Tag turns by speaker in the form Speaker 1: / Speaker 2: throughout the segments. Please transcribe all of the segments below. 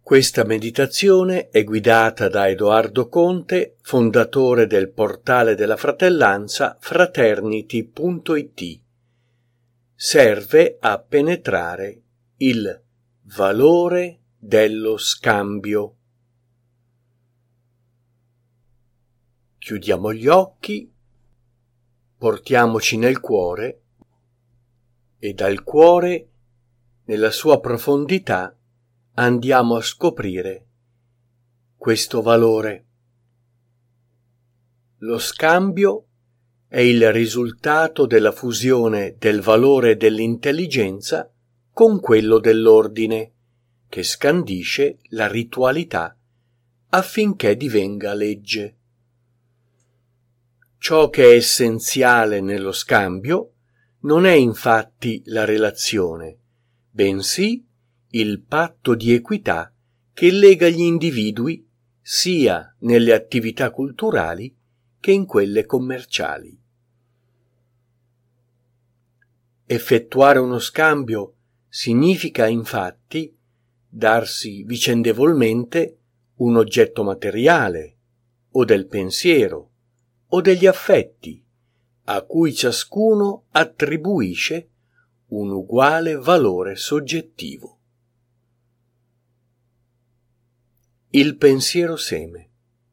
Speaker 1: Questa meditazione è guidata da Edoardo Conte, fondatore del portale della fratellanza fraternity.it. Serve a penetrare il valore dello scambio. Chiudiamo gli occhi, portiamoci nel cuore e dal cuore, nella sua profondità, andiamo a scoprire questo valore. Lo scambio è il risultato della fusione del valore dell'intelligenza con quello dell'ordine, che scandisce la ritualità affinché divenga legge. Ciò che è essenziale nello scambio non è infatti la relazione, bensì il patto di equità che lega gli individui sia nelle attività culturali che in quelle commerciali. Effettuare uno scambio significa infatti darsi vicendevolmente un oggetto materiale o del pensiero o degli affetti a cui ciascuno attribuisce un uguale valore soggettivo. Il pensiero seme.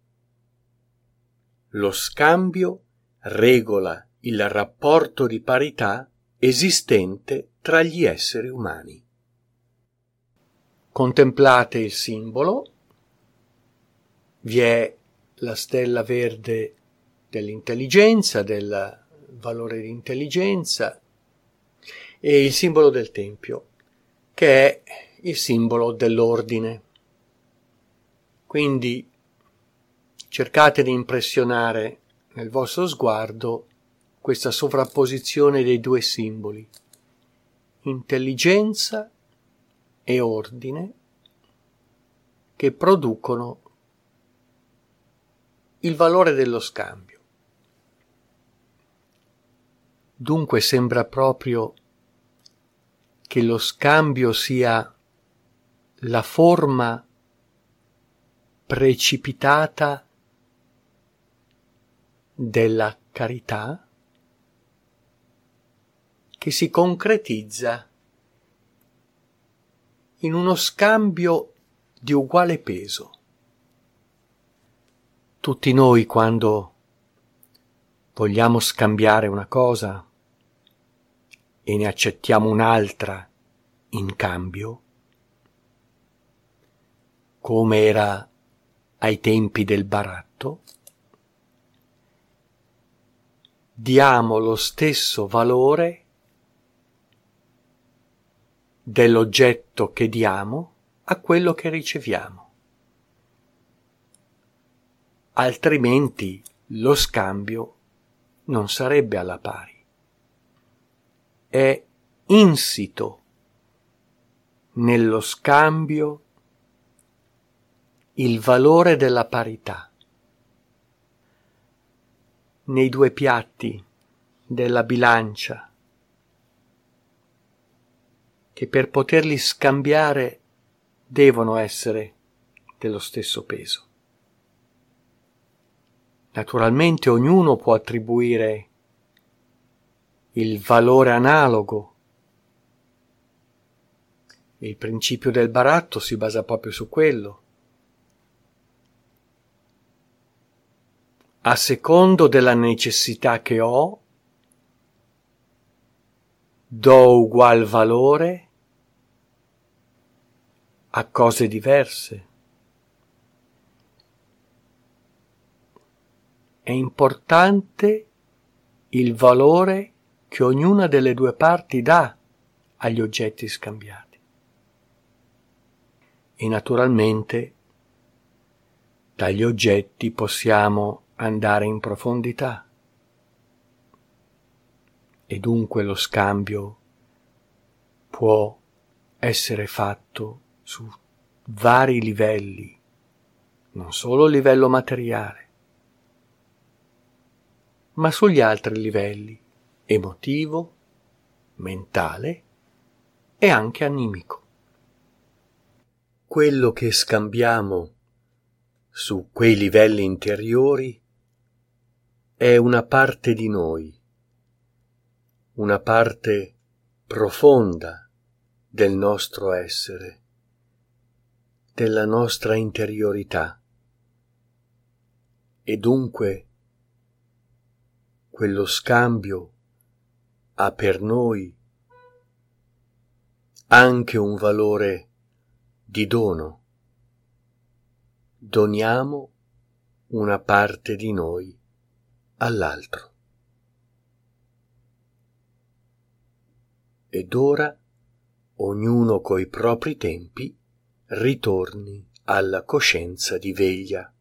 Speaker 1: Lo scambio regola il rapporto di parità esistente tra gli esseri umani. Contemplate il simbolo. Vi è la stella verde dell'intelligenza, del valore di intelligenza, e il simbolo del tempio, che è il simbolo dell'ordine. Quindi cercate di impressionare nel vostro sguardo questa sovrapposizione dei due simboli, intelligenza e ordine, che producono il valore dello scambio. Dunque sembra proprio che lo scambio sia la forma precipitata della carità che si concretizza in uno scambio di uguale peso. Tutti noi, quando vogliamo scambiare una cosa e ne accettiamo un'altra in cambio, come era ai tempi del baratto, diamo lo stesso valore dell'oggetto che diamo a quello che riceviamo. Altrimenti lo scambio non sarebbe alla pari. È insito nello scambio il valore della parità. Nei due piatti della bilancia, che per poterli scambiare devono essere dello stesso peso. Naturalmente ognuno può attribuire il valore analogo. Il principio del baratto si basa proprio su quello. A secondo della necessità che ho, do ugual valore a cose diverse. È importante il valore che ognuna delle due parti dà agli oggetti scambiati. E naturalmente dagli oggetti possiamo andare in profondità e dunque lo scambio può essere fatto su vari livelli, non solo a livello materiale, ma sugli altri livelli, emotivo, mentale e anche animico. quello che scambiamo su quei livelli interiori è una parte di noi, una parte profonda del nostro essere, della nostra interiorità, e dunque quello scambio ha per noi anche un valore di dono. Doniamo una parte di noi all'altro. Ed ora, ognuno coi propri tempi, ritorni alla coscienza di veglia.